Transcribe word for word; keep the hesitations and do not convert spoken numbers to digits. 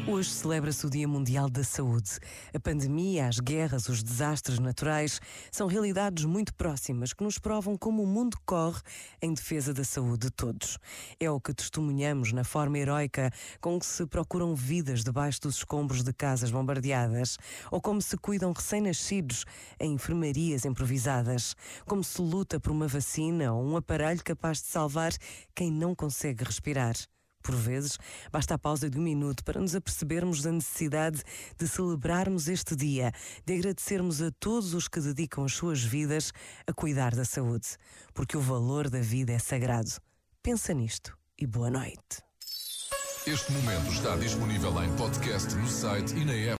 Hoje celebra-se o Dia Mundial da Saúde. A pandemia, as guerras, os desastres naturais são realidades muito próximas que nos provam como o mundo corre em defesa da saúde de todos. É o que testemunhamos na forma heroica com que se procuram vidas debaixo dos escombros de casas bombardeadas, ou como se cuidam recém-nascidos em enfermarias improvisadas, como se luta por uma vacina ou um aparelho capaz de salvar quem não consegue respirar. Por vezes, basta a pausa de um minuto para nos apercebermos da necessidade de celebrarmos este dia, de agradecermos a todos os que dedicam as suas vidas a cuidar da saúde, porque o valor da vida é sagrado. Pensa nisto e boa noite. Este momento está disponível em podcast no site e na app.